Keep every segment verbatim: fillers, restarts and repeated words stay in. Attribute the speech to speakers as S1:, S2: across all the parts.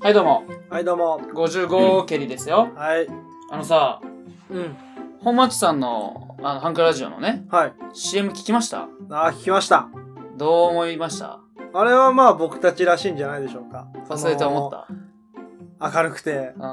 S1: はいどうも。
S2: はいどうも。
S1: ごじゅうご蹴りですよ。
S2: はい。
S1: あのさ、
S2: うん。
S1: 本町さんのあのハンクラジオのね、
S2: はい。
S1: シーエム 聞きました？
S2: あー、聞きました。
S1: どう思いました？
S2: あれはまあ僕たちらしいんじゃないでしょうか。
S1: あ、そうやって思った。
S2: 明るくて、
S1: うん。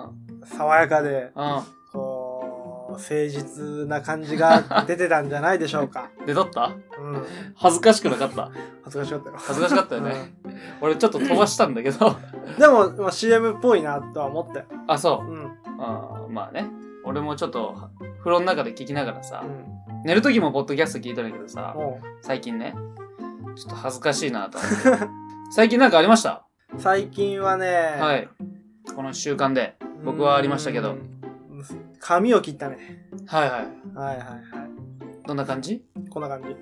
S2: 爽やかで、
S1: うん。
S2: こう、誠実な感じが出てたんじゃないでしょうか。
S1: 出とった？
S2: うん。
S1: 恥ずかしくなかった？
S2: 恥ずかしかったよ。
S1: 恥ずかしかったよね。うん、俺ちょっと飛ばしたんだけど。
S2: でも、まあ、シーエム っぽいなとは思ったよ。
S1: あ、そう。
S2: うん。
S1: あ、まあね。俺もちょっと風呂の中で聞きながらさ、
S2: うん、
S1: 寝る時もポッドキャスト聞いとるんだけどさ、最近ね、ちょっと恥ずかしいなと思って。最近なんかありました？
S2: 最近はね、
S1: はい。この習慣で僕はありましたけど、
S2: 髪を切ったね。
S1: はいはい。
S2: はいはいはい。
S1: どんな感じ？
S2: こんな感じ。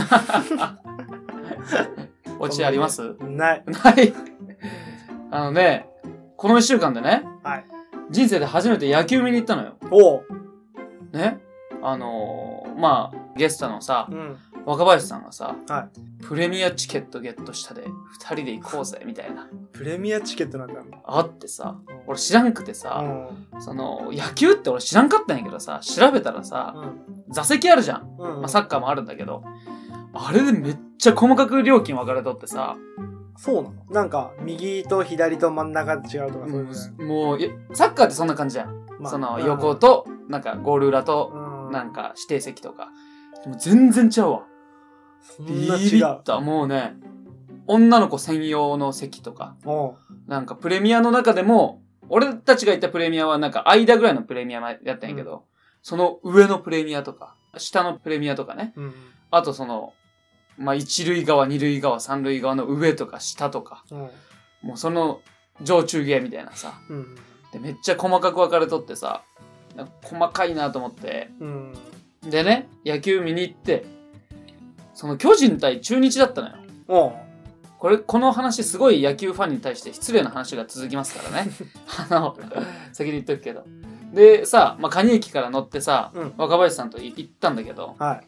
S1: オチあります？
S2: ない。
S1: ない。あのね、この一週間でね、
S2: はい、
S1: 人生で初めて野球見に行ったのよ。
S2: おう。
S1: ね、あのー、まあゲストのさ、うん、若林さんがさ、
S2: はい、
S1: プレミアチケットゲットしたで二人で行こうぜみたいな。
S2: プレミアチケットなんだ。あ
S1: ってさ、俺知らんくてさ、うん、その野球って俺知らんかったんやけどさ、調べたらさ、うん、座席あるじゃん。うんうん、まあサッカーもあるんだけど、あれでめっちゃ細かく料金分かれとってさ。
S2: そうなの？なんか右と左と真ん中で違うとかそういう
S1: の、もうサッカーってそんな感じやん。まあ、その横となんかゴール裏となんか指定席とか、でも全然違うわ。
S2: そんな違う。
S1: ビビった。もうね、女の子専用の席とか、なんかプレミアの中でも俺たちが行ったプレミアはなんか間ぐらいのプレミアやったんやけど、うん、その上のプレミアとか下のプレミアとかね、うん、あとそのまあ、一塁側、二塁側、三塁側の上とか下とか、うん、もうその上中下みたいなさ、うん、でめっちゃ細かく分かれとってさ、細かいなと思って、うん、でね、野球見に行って、その巨人対中日だったのよ。おうこれ、この話すごい野球ファンに対して失礼な話が続きますからね。あの、先に言っとくけど。で、さ、まあ、蟹駅から乗ってさ、うん、若林さんと行ったんだけど、はい、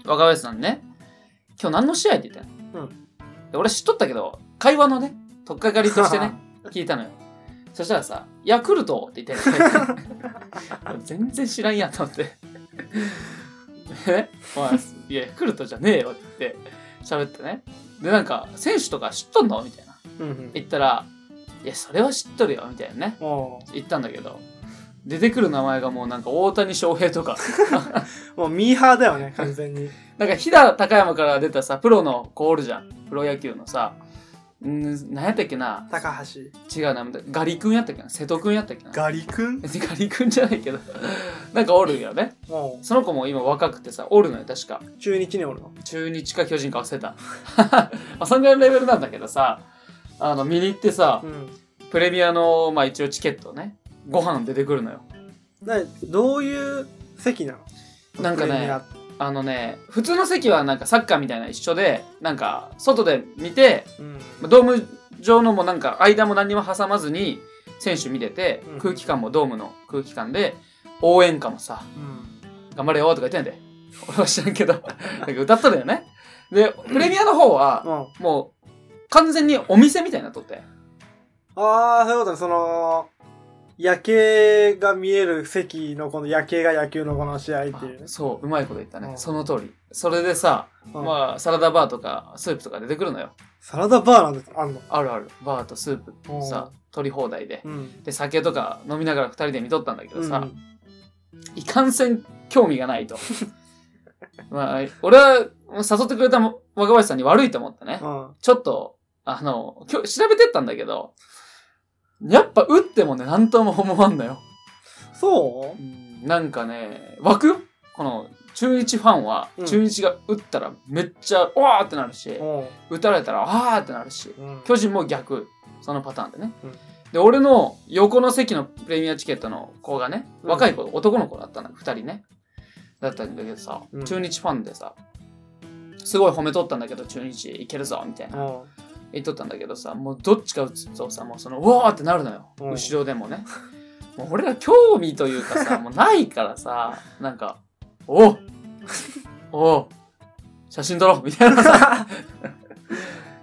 S1: 若林さんね、今日何の試合って言ったの、うん、で俺知っとったけど会話のね取っかかりとしてね聞いたのよ。そしたらさヤクルトって言って全然知らんやんと思ってえ、まあ、いやヤクルトじゃねえよって言って喋ってね。でなんか選手とか知っとんのみたいな、うんうん、言ったらいやそれは知っとるよみたいなね言ったんだけど、出てくる名前がもうなんか大谷翔平とか
S2: もうミーハーだよね完全に。
S1: なんか飛騨高山から出たさプロの子おるじゃん、プロ野球のさ、ん何やったっけな、
S2: 高橋
S1: 違うな、ガリ君やったっけな、瀬戸君やったっけな、
S2: ガリ君
S1: ガリ君じゃないけどなんかおるよね。その子も今若くてさおるのよ確か。
S2: 中日におるの？
S1: 中日か巨人か忘れたまあそんぐらいのレベルなんだけどさ、あの見に行ってさ、うん、プレミアのまあ一応チケットね、ご飯出てくるのよ。
S2: どういう席なの？
S1: なんかね、あのね、普通の席はなんかサッカーみたいな一緒で、なんか外で見て、うん、ドーム上のもなんか間も何にも挟まずに選手見てて、うん、空気感もドームの空気感で応援歌もさ、うん、頑張れよとか言ってんで、俺は知らんけどなんか歌っとるよね。でプレミアの方は、うん、もう完全にお店みたいになっとって。
S2: ああ、そういうことね。その夜景が見える席のこの夜景が野球のこの試合っていうね。
S1: そう、うまいこと言ったね、うん、その通り。それでさ、うん、まあサラダバーとかスープとか出てくるのよ。
S2: サラダバーなんてあんの？
S1: あるある。バーとスープさ、取り放題で、うん、で酒とか飲みながら二人で見とったんだけどさ、うん、いかんせん興味がないとまあ俺は誘ってくれた若林さんに悪いと思ってね、うん、ちょっとあの調べてったんだけど、やっぱ打ってもね、なんとも思わんのよ。
S2: そう？
S1: うん、なんかね、湧く？この中日ファンは、うん、中日が打ったらめっちゃおーってなるし、うん、打たれたらあーってなるし、うん、巨人も逆、そのパターンでね、うん。で、俺の横の席のプレミアチケットの子がね、若い子、男の子だったの、二人ね。だったんだけどさ、中日ファンでさ、すごい褒めとったんだけど、中日いけるぞみたいな。言っとったんだけどさ、もうどっちか打つとさ、もうそのうわーってなるのよ、うん、後ろでもね。もう俺ら興味というかさ、もうないからさ、なんかおおお写真撮ろうみたいなさっ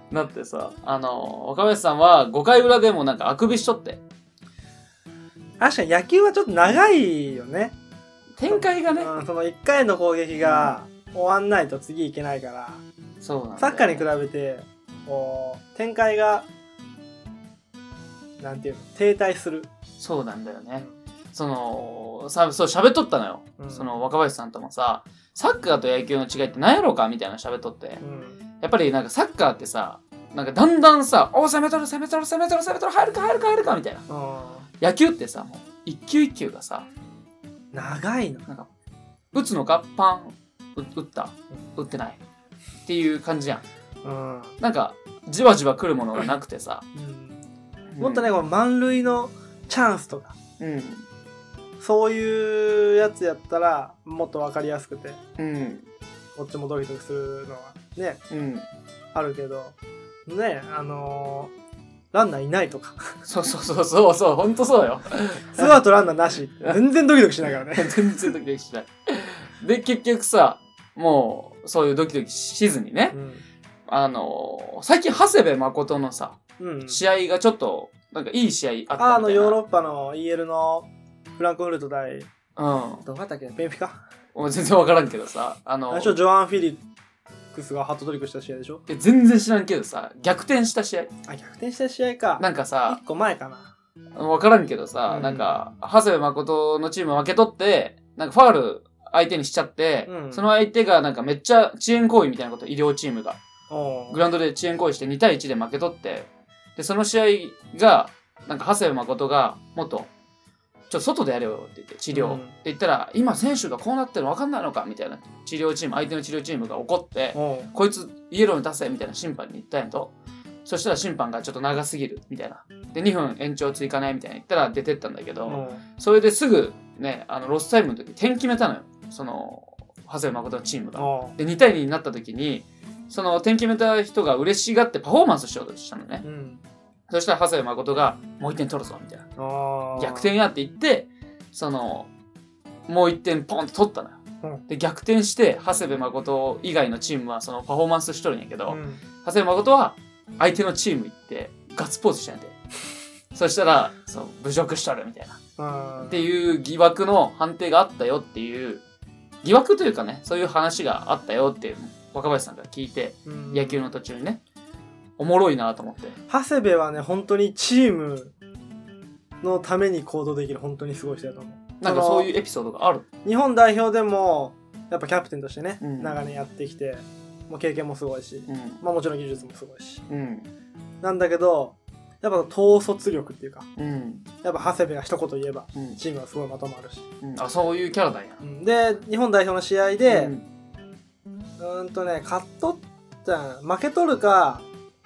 S1: だってさ、あの、若林さんはごかい裏でもなんかあくびしとって。
S2: 確かに野球はちょっと長いよね。
S1: 展開がね。
S2: うん、そのいっかいの攻撃が終わんないと次いけないから。
S1: そうなんだよね。
S2: サッカーに比べて、こう、展開が、なんていうの、停滞する。
S1: そうなんだよね。その、さ、そう喋っとったのよ。うん、その若林さんともさ、サッカーと野球の違いって何やろうかみたいな喋っとって。うん、やっぱりなんかサッカーってさ、なんかだんだんさ、お攻め取る攻め取る攻め取る攻め取る入るか入るか入るかみたいな。野球ってさ、もう一球一球がさ、
S2: 長いの。
S1: なんか、打つのかパン、打った、打ってないっていう感じやん。うん、なんか、じわじわ来るものがなくてさ。
S2: うん、もっとね、この満塁のチャンスとか、うん、そういうやつやったら、もっとわかりやすくて、うん、こっちもドキドキするのはね、うん、あるけど、ね、あのー、ランナーいないとか。
S1: そうそうそうそうそう、ほんとそうよ。
S2: ツーアウトランナーなし。全然ドキドキしないからね。
S1: 全然ドキドキしない。で、結局さ、もう、そういうドキドキしずにね、うん、あのー、最近、長谷部誠のさ、うん、試合がちょっと、なんかいい試合あったみたいな。
S2: あ、あの、ヨーロッパの イーエル のフランクフルト対、うん。どうだったっけベンフィカ
S1: 全然わからんけどさ、あのー、
S2: ジョアン・フィリックスがハットトリックした試合でしょ。
S1: え、全然知らんけどさ、逆転した試合。
S2: あ、逆転した試合か。
S1: なんかさ、
S2: いっこまえかな。
S1: わからんけどさ、うん、なんか、長谷部誠のチーム負け取って、なんかファール相手にしちゃって、うん、その相手がなんかめっちゃ遅延行為みたいなこと、医療チームが。グラウンドで遅延行為してにたいいちで負け取って、で、その試合が、なんか長谷部誠が、もっと、ちょっと外でやれよって言って、治療。うん、って言ったら、今選手がこうなってるの分かんないのかみたいな治療チーム、相手の治療チームが怒って、こいつイエローに出せみたいな審判に言ったんやと。そしたら審判がちょっと長すぎるみたいな。で、にふん延長追加ねみたいな言ったら出てったんだけど、うん、それですぐね、あの、ロスタイムの時点決めたのよ。その、長谷部誠のチームが。で、にたいにになった時に、その点決めた人が嬉しがってパフォーマンスしようとしたのね。うん、そしたら長谷部誠がもういってん取るぞみたいな。逆転やって言って、その、もういってんポンって取ったのよ。うん、で、逆転して、長谷部誠以外のチームはそのパフォーマンスしとるんやけど、うん、長谷部誠は相手のチーム行ってガッツポーズしたんやて。そしたら、そう、侮辱しとるみたいな。っていう疑惑の判定があったよっていう、疑惑というかね、そういう話があったよっていう若林さんから聞いて、うん、野球の途中にね、おもろいなと思って。
S2: 長谷部はね、本当にチームのために行動できる本当にすごい人だと思う。
S1: なんかそういうエピソードがある。
S2: 日本代表でもやっぱキャプテンとしてね、うん、長年やってきて、もう経験もすごいし、うん、まあもちろん技術もすごいし、うん、なんだけどやっぱ統率力っていうか、うん、やっぱ長谷部が一言言えば、うん、チームはすごいまとまるし、
S1: うん、あ、そういうキャラだんや、
S2: うん、で日本代表の試合で、うん、うーんとね勝っとった負け取るか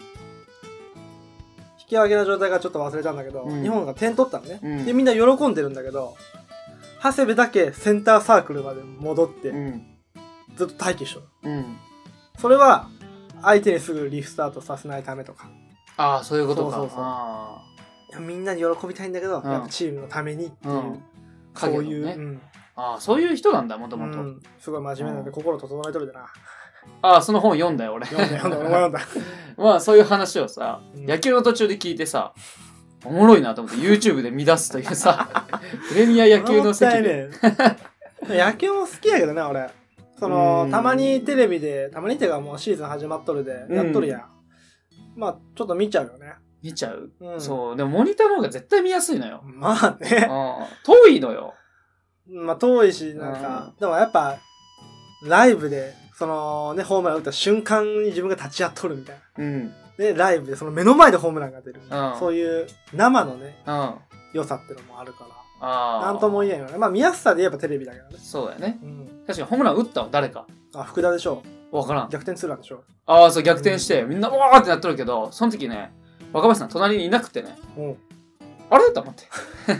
S2: 引き分けの状態がちょっと忘れたんだけど、うん、日本が点取ったのね、うん、でみんな喜んでるんだけど長谷部だけセンターサークルまで戻って、うん、ずっと待機しとる、うん、それは相手にすぐリスタートさせないためとか。
S1: ああ、そういうことか。
S2: そうそうそう。あ、いやみんなに喜びたいんだけど、うん、やっぱチームのためにっていう、うん、そういう、ね、うん、
S1: ああ、そういう人なんだ、もともと。
S2: すごい真面目なんで、うん、心整えとるでな。
S1: ああ、その本読んだよ、俺。
S2: 読んだ、読んだ、俺も読んだ。
S1: まあ、そういう話をさ、うん、野球の途中で聞いてさ、おもろいなと思って YouTube で見出すというさ、プレミア野球の席で。
S2: 野球も好きやけどね、俺。その、たまにテレビで、たまにっていうかもうシーズン始まっとるで、やっとるやん。まあ、ちょっと見ちゃうよね。
S1: 見ちゃう、うん、そう。でもモニターの方が絶対見やすいのよ。
S2: まあね。
S1: 遠いのよ。
S2: まあ遠いし、なんか、でもやっぱ、ライブで、そのね、ホームラン打った瞬間に自分が立ち会っとるみたいな。うん。で、ライブでその目の前でホームランが出る。うん、そういう生のね、うん、良さってのもあるから。ああ。なんとも言えんよね。まあ見やすさで言えばテレビだけどね。
S1: そうだよね。うん。確かにホームラン打ったの誰か。
S2: あ、福田でしょ。
S1: わからん。
S2: 逆転ツーランでしょ。
S1: ああ、そう、逆転して、うん、みんな、わーってなっとるけど、その時ね、若林さん隣にいなくてね。うん。あれと思って。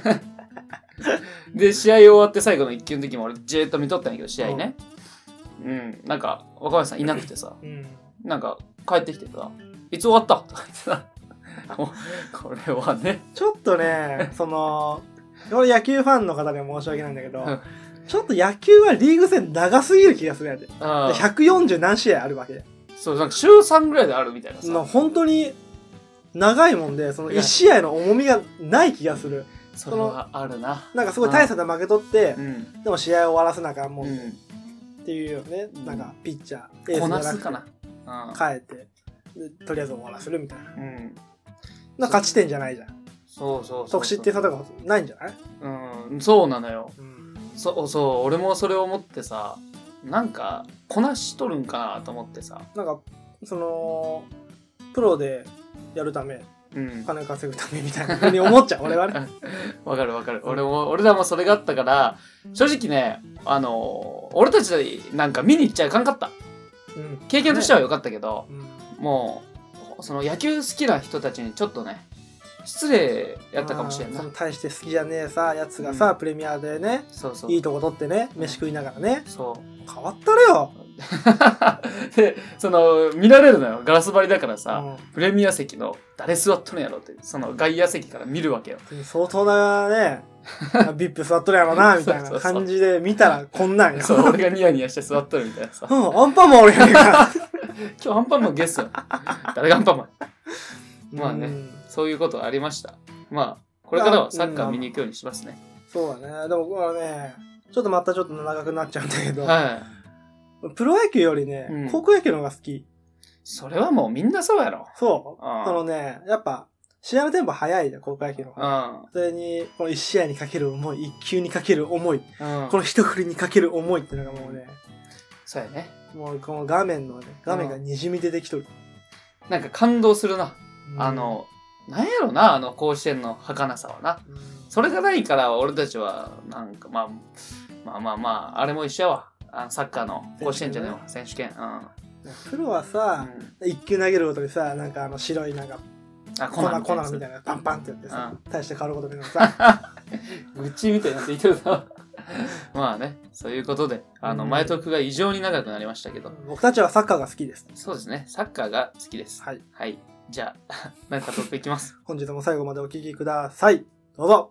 S1: で、試合終わって最後の一球の時も俺、じーっと見とったんやけど、試合ね。うん。うん、なんか、若林さんいなくてさ、うん、なんか、帰ってきてさ、いつ終わったとか言ってさ、これはね。ちょっとね、その、俺野球ファンの方には申し訳ないんだけど、ちょっと野球はリーグ戦長すぎる気がするやで。ひゃくよんじゅう何試合あるわけで。 そう、なんか週さんぐらいであるみたいなさ。
S2: まあ本当に長いもんで、そのいち試合の重みがない気がする。
S1: それはあるな。
S2: なんかすごい大差で負けとって、
S1: うん、
S2: でも試合を終わらせなあかんもん、
S1: うん、
S2: っていうよね。なんかピッチャー、
S1: エースこなすかな。
S2: 変えてで、とりあえず終わらせるみたいな。うん。な勝ち点じゃないじゃん。
S1: そうそうそうそう。
S2: 得失点差とかないんじゃない？
S1: うん、そうなのよ。うん、そうそう、俺もそれを思ってさ、なんかこなしとるんかなと思ってさ。
S2: なんかそのプロでやるため、
S1: うん、
S2: 金稼ぐためみたいなふうに思っちゃう俺はね。
S1: わかるわかる。俺も俺らもそれがあったから、正直ね、あの俺たちなんか見に行っちゃいかんかった。うん、経験としては良かったけど、ね、うん、もうその野球好きな人たちにちょっとね失礼やったかもしれんない。
S2: その対して好きじゃねえさやつがさ、うん、プレミアでね、そうそういいとこ取ってね飯食いながらね、そう変わったれよ。
S1: でその見られるのよ、ガラス張りだからさ、うん、プレミア席の誰座っとるんやろってその外野席から見るわけよ。
S2: 相当なねビップ座っとるやろなみたいな感じで見たらこんなんよ。
S1: そう俺がニヤニヤして座っとるみたいなさ。
S2: うん、アンパンマン俺やねんから。
S1: 今日アンパンマンゲスト。誰がアンパンマン。まあね、そういうことありました。まあこれからはサッカー見に行くようにしますね。
S2: そうだね。でもこれはねちょっとまたちょっと長くなっちゃうんだけど、はい、プロ野球よりね、うん、高校野球の方が好き。
S1: それはもうみんなそうやろ。
S2: そう。あのねやっぱ試合のテンポ早いじゃん、高校野球の方が。それに、このいち試合にかける思い、いっ球にかける思い、うん、この一振りにかける思いっていうのがもうね、
S1: そうやね。
S2: もうこの画面のね、画面が滲み出てきとる。
S1: うん、なんか感動するな。うん、あの、なんやろな、あの甲子園の儚さはな。うん、それがないから俺たちは、なんかまあ、まあまあまあ、あれも一緒やわ。あのサッカーの甲子園じゃねえわ、選手権。うん、
S2: プロはさ、うん、いっ球投げるごとにさ、なんかあの白いなんか、あ、粉みたいなみたいなパンパンってやってさ、うん、大して変わることないのさ
S1: 愚痴みたいになっていてるな。まあね、そういうことであの、うん、前トークが異常に長くなりましたけど、
S2: 僕たちはサッカーが好きです。
S1: そうですね、サッカーが好きです。はい、はい、じゃあ何かトークいきます。
S2: 本日も最後までお聞きください。どうぞ。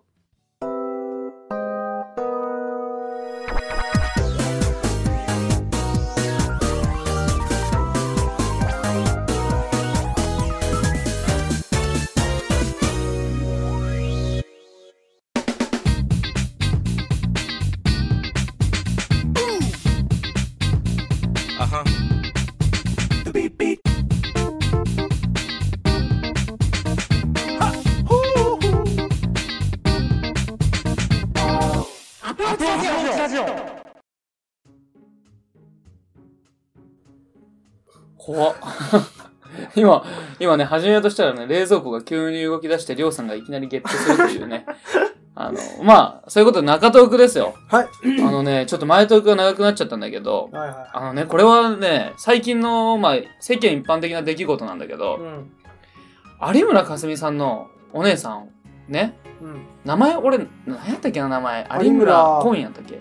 S1: 怖っ。今、今ね、始めようとしたらね、冷蔵庫が急に動き出して、りょうさんがいきなりゲップするというね。あの、まあ、そういうことで中トークですよ。はい。あのね、ちょっと前トークが長くなっちゃったんだけど、はいはい、あのね、これはね、最近の、まあ、世間一般的な出来事なんだけど、うん、有村架純さんのお姉さん、ね、うん、名前、俺、何やったっけな、名前。有村コンやったっけ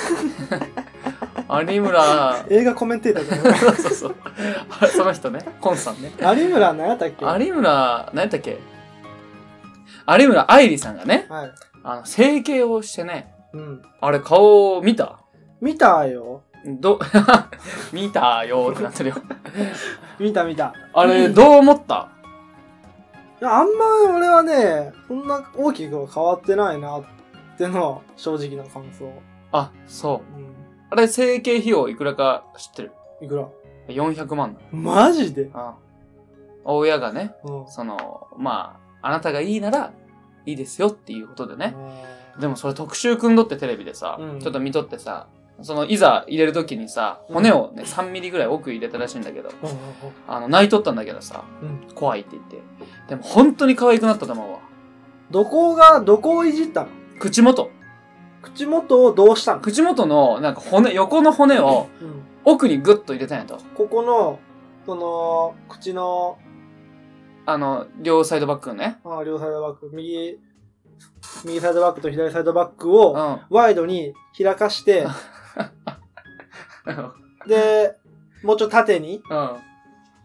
S1: 有村
S2: 映画コメンテーターじゃないそうそう
S1: そうその人ね、コンさんね。
S2: 有村何やったっけ
S1: 有村何やったっけ有村愛理さんがね、はい、あの整形をしてね、うん、あれ顔見た
S2: 見たよ。
S1: ど見たよってなってるよ。
S2: 見た見た。
S1: あれどう思った？
S2: いや、あんま俺はね、そんな大きくは変わってないなってのは正直な感想。
S1: あ、そう。うん、あれ整形費用いくらか知ってる？
S2: いくら？
S1: よんひゃくまん。
S2: マジで？
S1: ああ、親がね、うん、その、まあ、あなたがいいならいいですよっていうことでね。でもそれ特集組んどってテレビでさ、うん、ちょっと見とってさ、そのいざ入れるときにさ、骨をね、さんミリぐらい奥入れたらしいんだけど、うん、あの、泣いとったんだけどさ、うん、怖いって言って。でも本当に可愛くなったと思うわ。
S2: どこが、どこをいじったの？
S1: 口元。
S2: 口元をどうしたの？
S1: 口元の、なんか骨、横の骨を奥にグッと入れたんやと。
S2: ここの、その、口の、
S1: あの、両サイドバックのね。
S2: ああ、両サイドバック。右、右サイドバックと左サイドバックを、ワイドに開かして、うん、で、もうちょっと縦に、うん、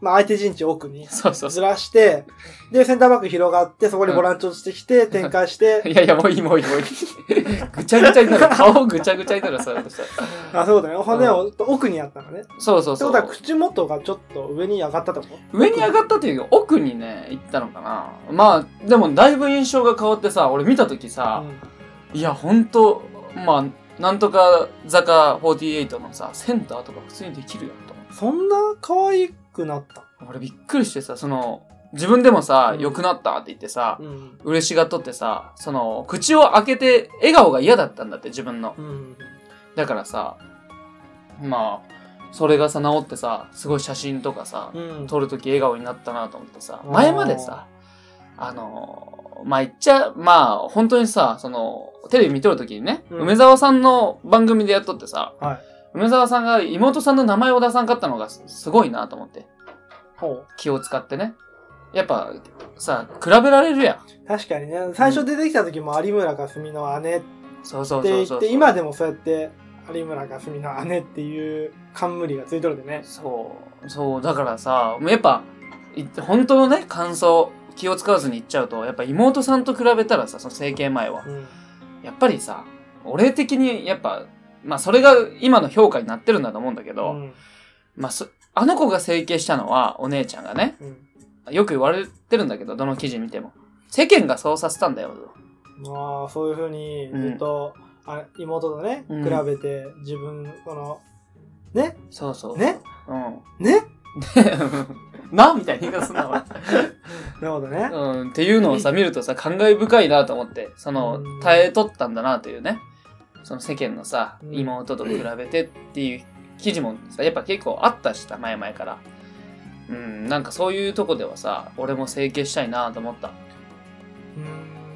S2: まあ相手陣地奥に
S1: そうそう
S2: ずらして、で、センターバック広がって、そこにボランチ落ちてきて、展開して。
S1: いやいや、もういいもういいもういい。ぐちゃぐちゃになる。顔ぐちゃぐちゃになる、そういうことした
S2: ら。あ、そうだね。骨を奥にあったのね。
S1: そうそうそう。
S2: ってことは口元がちょっと上に上がったってこと？
S1: 上に上がったっていうか、奥にね、行ったのかな。まあ、でもだいぶ印象が変わってさ、俺見たときさ、うん、いや、ほんと、まあ、なんとか坂フォーティーエイトのさ、センターとか普通にできるよと。
S2: そんな可愛くなった？
S1: 俺びっくりしてさ、その、自分でもさ、良、うん、くなったって言ってさ、うん、嬉しがっとってさ、その、口を開けて笑顔が嫌だったんだって、自分の。うん、だからさ、まあ、それがさ、治ってさ、すごい写真とかさ、うん、撮るとき笑顔になったなと思ってさ、前までさ、あの、まあ、言っちゃ、まあ、本当にさ、その、テレビ見とるときにね、うん、梅沢さんの番組でやっとってさ、はい、梅沢さんが妹さんの名前を出さんかったのがすごいなと思って。気を使ってね。やっぱ、さ、比べられるやん。
S2: 確かにね。最初出てきた時も有村架純の姉って言って、今でもそうやって有村架純の姉っていう冠がついとるでね。
S1: そう。そう。だからさ、やっぱ、本当のね、感想、気を使わずに言っちゃうと、やっぱ妹さんと比べたらさ、その整形前は。うん、やっぱりさ、俺的にやっぱ、まあそれが今の評価になってるんだと思うんだけど、うん、まあそ、あの子が整形したのはお姉ちゃんがね、うん、よく言われてるんだけど、どの記事見ても。世間がそうさせたんだよ。
S2: まあ、そういう風にずっと、うん、あ妹とね、比べて自分、この、ね
S1: そうそう。
S2: ね
S1: うん。
S2: ね
S1: なみたいな言い方すんな、
S2: なるほどね。
S1: うん。っていうのをさ、見るとさ、感慨深いなと思って、その、耐えとったんだなというね。その世間のさ、妹と比べてっていう記事もさ、やっぱ結構あったしさ、前々から。うん、なんかそういうとこではさ、俺も整形したいなと思った。
S2: うん、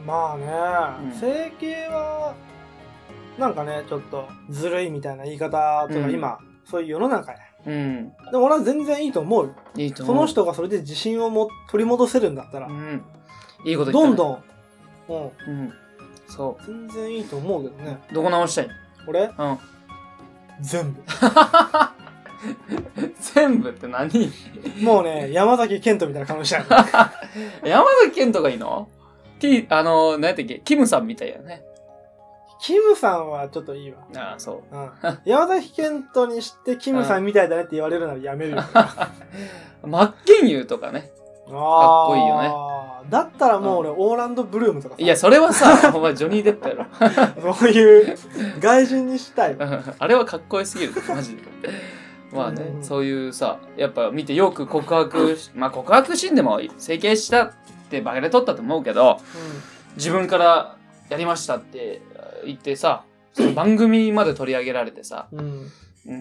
S2: まあね、うん、整形は、なんかね、ちょっとずるいみたいな言い方とか、うん、今、そういう世の中や。うん。でも俺は全然いいと思うよ。いいと思う。その人がそれで自信をも取り戻せるんだったら。うん。
S1: いいこと言った、ね。
S2: どんどん。うん。
S1: うん。そう。
S2: 全然いいと思うけどね。
S1: どこ直したい？
S2: 俺？
S1: うん。
S2: 全部。
S1: 全部って何？
S2: もうね、山崎賢人みたいな顔したい。
S1: 山崎賢人がいいの？T、あの、何やったっけ？キムさんみたいやね。
S2: キムさんはちょっといいわ。
S1: ああ、そう。
S2: うん、山崎賢人にしてキムさんみたいだねって言われるならやめるよ。
S1: マッケンユーとかね。かっこいいよね。
S2: だったらもう俺、うん、オーランド・ブルームとかさ。
S1: いや、それはさ、お前ジョニー・デップや
S2: ろ。そういう外人にしたい。
S1: あれはかっこよすぎる。マジで。まあね、うん、そういうさ、やっぱ見てよく告白、まあ告白シーンでも整形したってバカで撮ったと思うけど、うん、自分からやりましたって言ってさ、その番組まで取り上げられてさ、うんうん、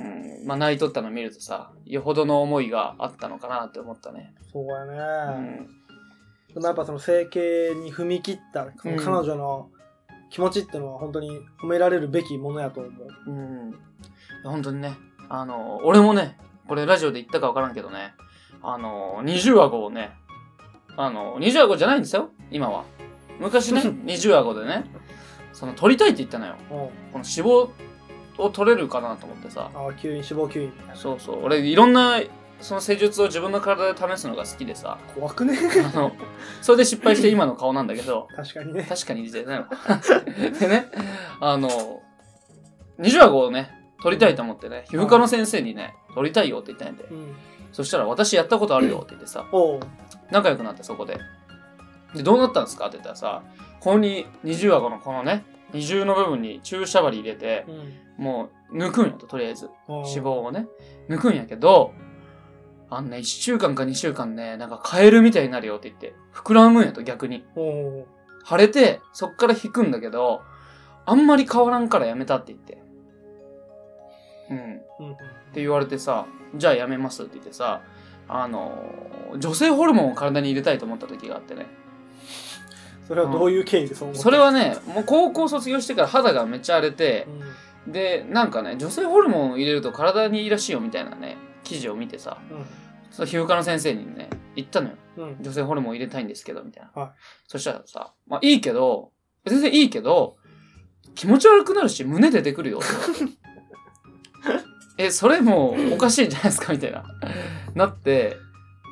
S1: まあ泣いとったの見るとさ、よほどの思いがあったのかなって思ったね。
S2: そうやね。うん、でもやっぱその整形に踏み切ったその彼女の気持ちってのは本当に褒められるべきものやと思う。うん、
S1: 本当にね。あの、俺もね、これラジオで言ったかわからんけどね、あの、二重顎をね、あの、二重顎じゃないんですよ、今は。昔ね、二重顎でね、その、取りたいって言ったのよ。この脂肪を取れるかなと思ってさ。
S2: ああ、吸引、脂肪吸引。
S1: そうそう。俺、いろんな、その施術を自分の体で試すのが好きでさ。
S2: 怖くね
S1: あの、それで失敗して今の顔なんだけど。
S2: 確かにね。
S1: 確かにじゃないの。でね、あの、二重顎をね、取りたいと思ってね、皮膚科の先生にね、取りたいよって言ったんで、うん、そしたら私やったことあるよって言ってさ、うん、仲良くなってそこで。で、どうなったんですかって言ったらさ、ここに二重顎のこのね、二重の部分に注射針入れて、うん、もう抜くんやと、とりあえず。脂肪をね、抜くんやけど、あのね、一週間か二週間ね、なんかカエルみたいになるよって言って、膨らむんやと逆に。腫れて、そっから引くんだけど、あんまり変わらんからやめたって言って。うん。うん、って言われてさ、じゃあやめますって言ってさ、あの、女性ホルモンを体に入れたいと思った時があってね。
S2: それはどういう経緯でそう思った、
S1: うん、それはね、もう高校卒業してから肌がめっちゃ荒れて、うん、で、なんかね、女性ホルモンを入れると体にいいらしいよみたいなね、記事を見てさ、うん、その皮膚科の先生にね、言ったのよ。うん、女性ホルモン入れたいんですけど、みたいな。はい、そしたらさ、まあいいけど、全然いいけど、気持ち悪くなるし、胸出てくるよって言われて。え、それもうおかしいんじゃないですかみたいな。なって、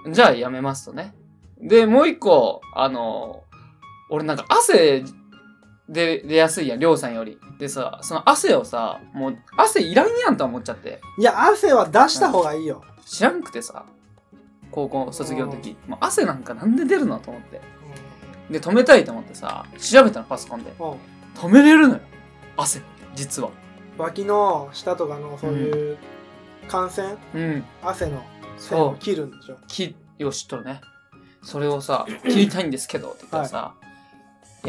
S1: じゃあやめますとね。で、もう一個、あの、俺なんか汗で出やすいやん、りょうさんより。でさ、その汗をさ、もう汗いらんやんと思っちゃって。
S2: いや、汗は出した方がいいよ。
S1: 知らんくてさ、高校卒業の時、もう汗なんかなんで出るのと思って。で、止めたいと思ってさ、調べたのパソコンで。止めれるのよ。汗って、実は。
S2: 脇の下とかのそういう汗腺、うん、汗の線を切るんでしょ。
S1: 切、よし、とるね。それをさ、切りたいんですけどって言ったらさ、はい、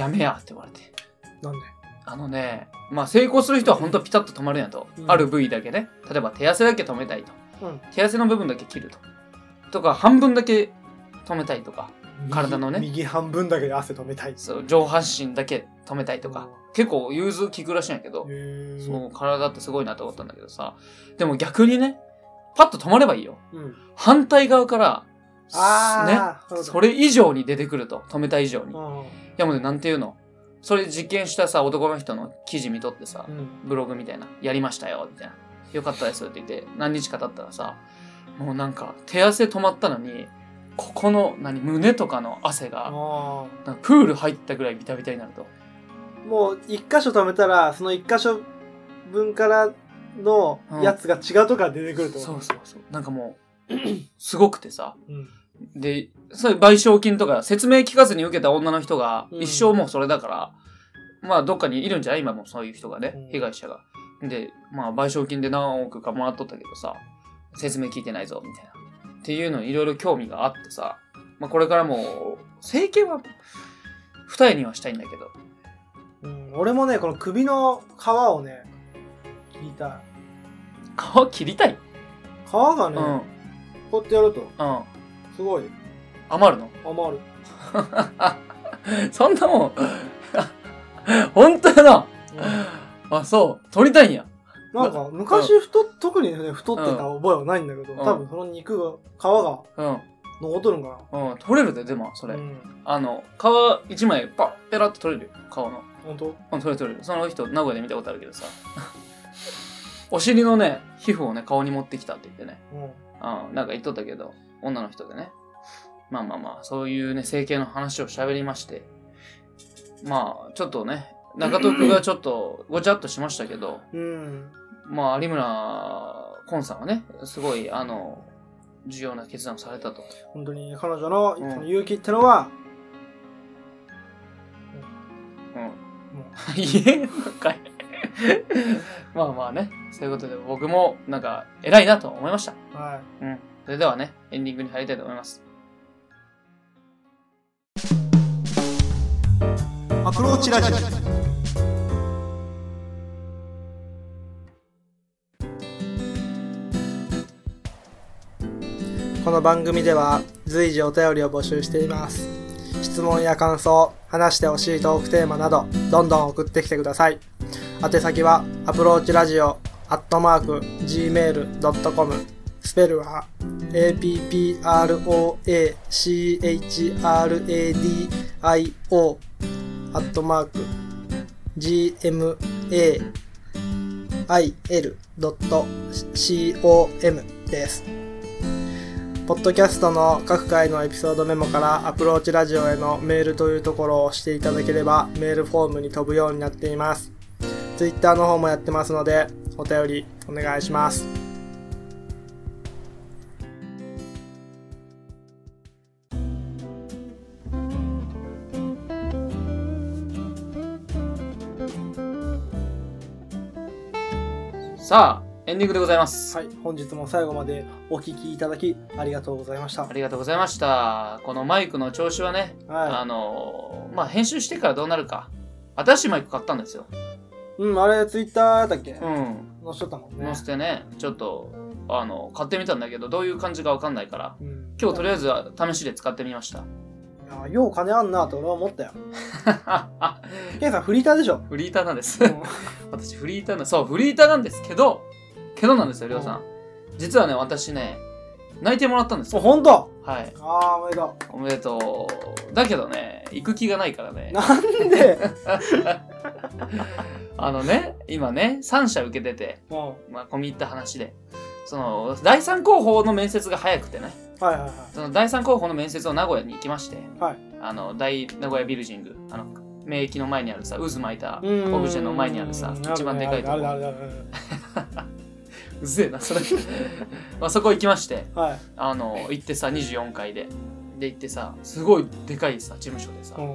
S1: やめやって言われて。
S2: なんで？
S1: あのね、まあ成功する人は本当ピタッと止まるんやと。うん、ある部位だけね。例えば手汗だけ止めたいと。うん、手汗の部分だけ切ると。とか、半分だけ止めたいとか。体のね。
S2: 右半分だけで汗止めたい。
S1: そう、上半身だけ止めたいとか。うん、結構融通効くらしいんやけど。その体ってすごいなと思ったんだけどさ。でも逆にね、パッと止まればいいよ。うん、反対側から、
S2: あ
S1: ね、それ以上に出てくると。止めた以上に。いやもうね、なんていうの。それ実験したさ、男の人の記事見とってさ、うん、ブログみたいな。やりましたよ、みたいな。よかったですって言って、何日か経ったらさ、もうなんか、手汗止まったのに、ここの、何、胸とかの汗が、なんかプール入ったぐらいビタビタになると。
S2: もう、一箇所止めたら、その一箇所分からのやつが違うとこから出てくると、
S1: うん。そうそうそう。なんかもう、すごくてさ、うんで、そういう賠償金とか説明聞かずに受けた女の人が一生もうそれだから、うん、まあどっかにいるんじゃない今もそういう人がね、うん、被害者が。で、まあ賠償金で何億かもらっとったけどさ、説明聞いてないぞ、みたいな。っていうのにいろいろ興味があってさ、まあこれからも、整形は二重にはしたいんだけど。
S2: うん、俺もね、この首の皮をね、切りたい。
S1: 皮切りたい？
S2: 皮がね、うん、こうやってやると。うんすごい。
S1: 余るの？
S2: 余る。
S1: そんなもん。本当やな、うん。あ、そう。取りたいんや。
S2: なんか、昔太、うん、特にね、太ってた覚えはないんだけど、うん、多分その肉が、皮が、残っとるんか
S1: な。うん、取れるで、でも、それ。うん、あの、皮一枚、パッ、ペラッと取れるよ。皮の。
S2: 本当？
S1: うん、取れる取れる。その人、名古屋で見たことあるけどさ。お尻のね、皮膚をね、顔に持ってきたって言ってね。うん。うん、なんか言っとったけど。女の人でね。まあまあまあ、そういうね、整形の話を喋りまして。まあ、ちょっとね、中徳がちょっとごちゃっとしましたけど、うん、まあ、有村昆さんはね、すごい、あの、重要な決断をされたと。
S2: 本当に彼女の、うん、その勇気ってのは、
S1: うん。うん、言えんのかい。まあまあね、そういうことで僕もなんか偉いなと思いました。はい。うん。それではね、エンディングに入りたいと思います。
S2: アプローチラジオ。この番組では随時お便りを募集しています。質問や感想、話してほしいトークテーマなど、どんどん送ってきてください。宛先はアプローチラジオアットマーク ジーメールドットコム、スペルは エーピーピーアールオーエーシーエイチアールエーディーアイオー アットマーク ジーエムエーアイエルドットコム です。ポッドキャストの各回のエピソードメモからアプローチラジオへのメールというところを押していただければメールフォームに飛ぶようになっています。ツイッターの方もやってますのでお便りお願いします。
S1: さあ、エンディングでございます。
S2: はい、本日も最後までお聞きいただきありがとうございました。
S1: ありがとうございました。このマイクの調子はね、はい、あの、まあ、編集してからどうなるか。新しいマイク買ったんですよ。
S2: うん、あれツイッターだっけ？うん。載せとったもんね。
S1: 載せてね、ちょっと、あの、買ってみたんだけど、どういう感じかわかんないから、うん、今日とりあえずは試しで使ってみました。
S2: いや、よう金あんなと俺は思ったよ。ケンさんフリーターでしょ？
S1: フリーターなんです。私フリーターなんです。そう、フリーターなんですけど、けどなんですよ、りょうさん。実はね、私ね、泣いてもらったんですよ。
S2: ほんと？
S1: はい。
S2: ああ、おめでとう。
S1: おめでとう。だけどね、行く気がないからね。
S2: なんで？
S1: あのね、今ね、さん社受けてて、まあ、込み入った話で。 そのだいさん候補の面接が早くてね、
S2: はいはいはい、
S1: そのだいさん候補の面接を名古屋に行きまして、
S2: はい、
S1: あの大名古屋ビルジング、あの名駅の前にあるさ、渦巻いたオブジェの前にあるさ、一番でかいところ。うぜえなそれまあそこ行きまして、はい、あの行ってさにじゅうよんかいでで行ってさ、すごいでかいさ事務所でさ、うん、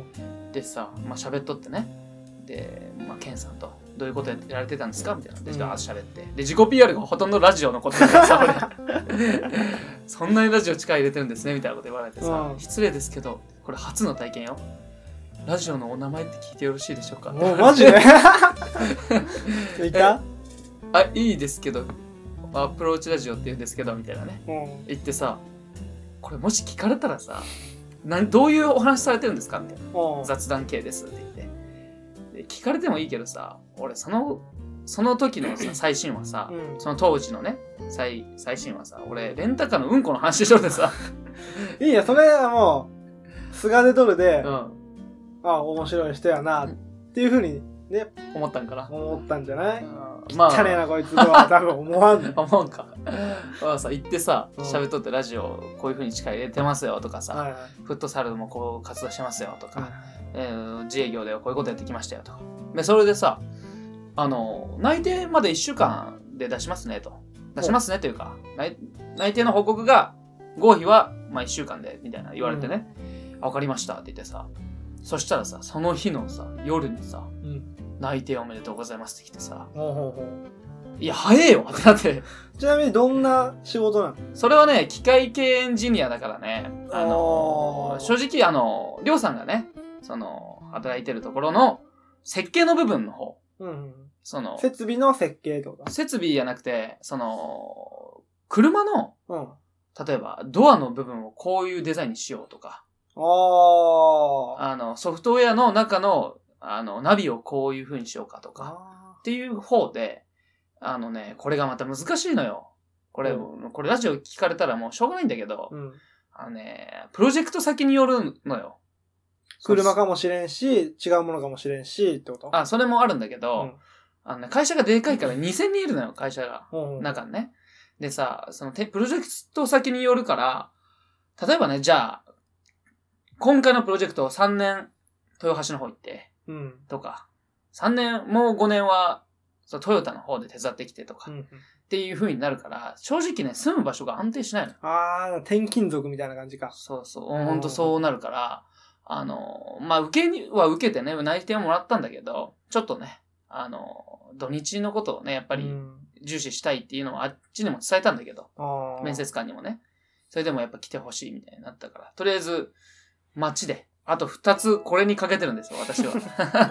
S1: でさ、まあ喋っとってね、で、まあ、ケンさんとどういうことやられてたんですかみたいなで喋って、で自己 ピーアール がほとんどラジオのことだからさ俺そんなにラジオ力入れてるんですねみたいなこと言われてさ、うん、失礼ですけどこれ初の体験よ、ラジオのお名前って聞いてよろしいでしょうか。
S2: もうマジでいた
S1: あ、いいですけどアプローチラジオって言うんですけどみたいなね、うん、言ってさ、これもし聞かれたらさ、なんどういうお話されてるんですかみたいな、うん、雑談系ですって言って、で聞かれてもいいけどさ、俺そのその時のさ最新話さ、うん、その当時のね最最新話さ、俺レンタカーのうんこの話しとってさ
S2: いいや、それはもう素が出とるで、うん、あ面白い人やなっていう風にね
S1: 思ったんかな、
S2: 思ったんじゃない、うん、まあ汚ねえなこいつとは多分思わん
S1: 思うんかまあさ行ってさ喋っとって、ラジオこういう風に力入れてますよとかさ、はいはい、フットサルもこう活動してますよとか、はい、えー、自営業ではこういうことやってきましたよとかで、それでさ、あの内定までいっしゅうかんで出しますねと、出しますねというか 内, 内定の報告が合否はまあいっしゅうかんでみたいな言われてね、うん、分かりましたって言ってさ、そしたらさその日のさ夜にさ、うん、内定おめでとうございますって来てさ、ほうほうほう、いや早えよってなって
S2: ちなみにどんな仕事なの？
S1: それはね機械系エンジニアだからね、あの正直あのりょうさんがねその働いてるところの設計の部分の方、うんうん、その
S2: 設備の設計ってこと？
S1: 設備じゃなくてその車の、うん、例えばドアの部分をこういうデザインにしようとか、ああのソフトウェアの中のあのナビをこういう風にしようかとかっていう方で、あのねこれがまた難しいのよ。これ、うん、これラジオ聞かれたらもうしょうがないんだけど、うん、あのねプロジェクト先によるのよ。
S2: 車かもしれんし、違うものかもしれんしってこと？
S1: あ、それもあるんだけど、うん、あのね、会社がでかいからにせんにんいるのよ、会社が。うん、中にね。でさ、そのプロジェクト先によるから、例えばね、じゃあ、今回のプロジェクトさんねん、豊橋の方行って、うん、とか、さんねん、もうごねんは、そうトヨタの方で手伝ってきてとか、うん、っていう風になるから、正直ね、住む場所が安定しないの。
S2: あー、転勤族みたいな感じか。
S1: そうそう、ほんとそうなるから、あの、まあ、受けには受けてね、内定をもらったんだけど、ちょっとね、あの、土日のことをね、やっぱり重視したいっていうのをあっちにも伝えたんだけど、うん、面接官にもね、それでもやっぱ来てほしいみたいになったから、とりあえず、街で、あとふたつこれにかけてるんですよ、私は。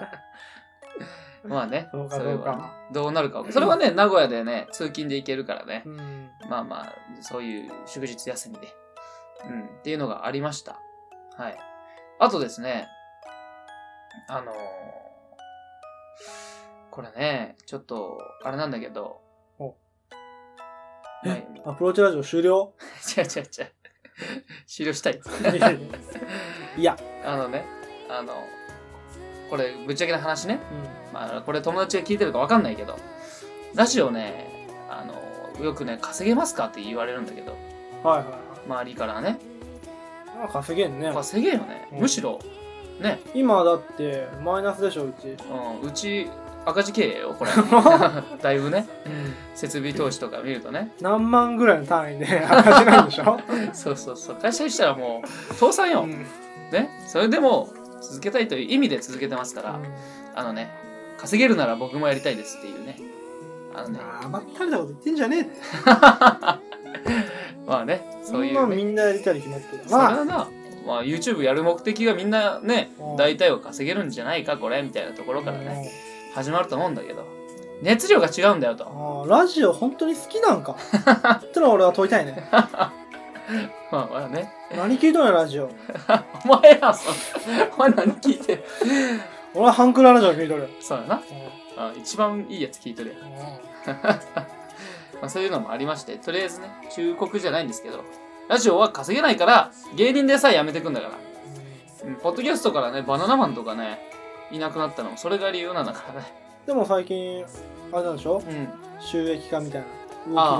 S1: まあね、
S2: そうかそうか、
S1: それは、ね、どうなるか。それはね、名古屋でね、通勤で行けるからね、うん、まあまあ、そういう祝日休みで、うん、っていうのがありました。はい。あとですね、あのー、これね、ちょっと、あれなんだけど、お
S2: え、アプローチラジオ終了？
S1: 違う違う違う。終了したい。
S2: いや。
S1: あのね、あの、これ、ぶっちゃけな話ね。うん、まあ、これ友達が聞いてるかわかんないけど、ラジオね、あの、よくね、稼げますかって言われるんだけど、
S2: はいはいはい。
S1: 周りからね。
S2: 稼げんね。
S1: 稼げんよね。うん、むしろ、ね。
S2: 今だって、マイナスでしょ、うち。
S1: うん、うち、赤字経営よ、これ。だいぶね、うん。設備投資とか見るとね。
S2: 何万ぐらいの単位で赤字なんでしょ
S1: そうそうそう。会社にしたらもう、倒産よ。うん、ね。それでも、続けたいという意味で続けてますから、うん、あのね、稼げるなら僕もやりたいですっていうね。あのね。
S2: あまったりなこと言ってんじゃねえって。
S1: まあね、そういう、ね。
S2: まあみんなやりたいに決まってる。
S1: まあ、それはな、まあ YouTube やる目的がみんなね、大体を稼げるんじゃないか、これ、みたいなところからね、始まると思うんだけど、熱量が違うんだよと。
S2: あラジオ本当に好きなんかってのは俺は問いたいね。
S1: まあまあね。
S2: 何聞いとんや、ラジオ。
S1: お前や、そお前何聞いてる。
S2: 俺はハンクララジオ聞いとる。
S1: そうやな。あ一番いいやつ聞いとるやん。まあそういうのもありまして、とりあえずね、忠告じゃないんですけど、ラジオは稼げないから芸人でさえやめてくんだから、うん、ポッドキャストからねバナナマンとかねいなくなったのもそれが理由なんだからね。
S2: でも最近あれなんでしょ、うん、収益化みたいな動きが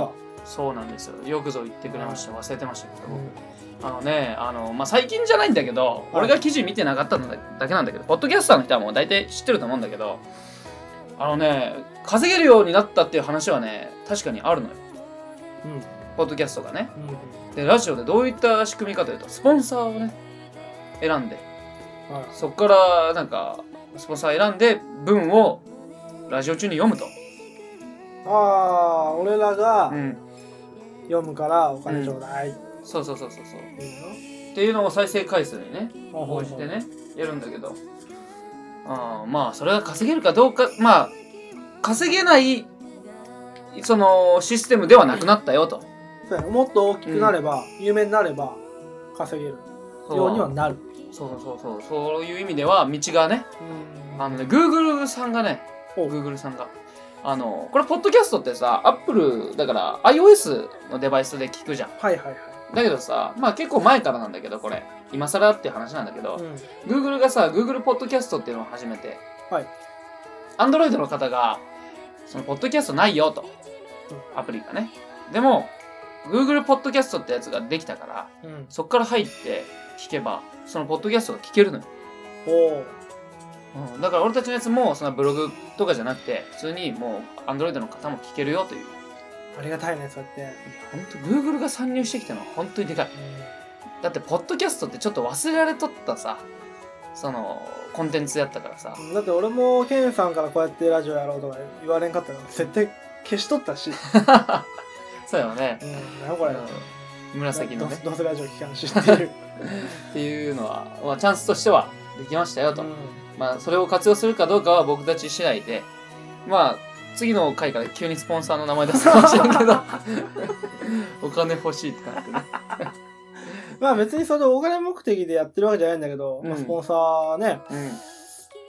S1: そうなんですよ。よくぞ言ってくれました。忘れてましたけど、うん、あのね、あの、まあ、最近じゃないんだけど、はい、俺が記事見てなかったのだけなんだけど、ポッドキャスターの人はもう大体知ってると思うんだけど、あのね、稼げるようになったっていう話はね、確かにあるのよ。うん。ポッドキャストがね。うん、で、ラジオでどういった仕組みかというと、スポンサーをね、選んで、はい、そっからなんか、スポンサー選んで、文をラジオ中に読むと。
S2: ああ、俺らが、うん、読むからお金ちょうだい、うん、
S1: そうそうそうそうそう、いいのっていうのを再生回数にね応じてねやるんだけど、あまあそれが稼げるかどうか、まあ稼げないそのシステムではなくなったよと。
S2: そうや、もっと大きくなれば、うん、有名になれば稼げるようにはなる。
S1: そうそうそうそういう意味では道がね、あのね Google さんがね Google さんがあのこれポッドキャストってさ Apple だから iOS のデバイスで聞くじゃん。
S2: はいはいはい。
S1: だけどさ、まあ結構前からなんだけどこれ今更っていう話なんだけど、うん、Google がさ Google ポッドキャストっていうのを始めて、はい、Android の方がそのポッドキャストないよと、うん、アプリがね。でも Google ポッドキャストってやつができたから、うん、そっから入って聞けばそのポッドキャストが聞けるのよ。おうん、だから俺たちのやつもそのブログとかじゃなくて普通にもう Android の方も聞けるよという。
S2: ありがたいね、そうやって。
S1: ほんと Google が参入してきたのは本当にでかい、うん、だってポッドキャストってちょっと忘れられとったさそのコンテンツやったからさ。
S2: だって俺もケンさんからこうやってラジオやろうとか言われんかったら絶対消しとったし
S1: そうよね、
S2: うん、何これ、うん、
S1: 紫のね
S2: どうせラジオ聞かんしっていう
S1: っていうのは、まあ、チャンスとしてはできましたよと、うん、まあそれを活用するかどうかは僕たち次第で、まあ次の回から急にスポンサーの名前出すかもしれんけどお金欲しいって感じでね
S2: まあ別にそれお金目的でやってるわけじゃないんだけど、うんまあ、スポンサーね、うん、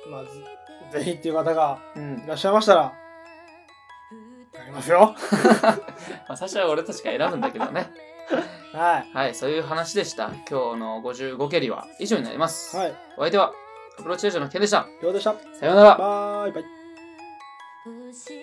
S2: まあぜひっていう方がいらっしゃいましたら、うん、やりますよ
S1: まあ最初は俺たちが選ぶんだけどねはい、はい、そういう話でした。今日のごじゅうご蹴りは以上になります。はい、お相手はアプローチラジオのケンでした。
S2: りょうでした。
S1: さようなら。
S2: バイバイ。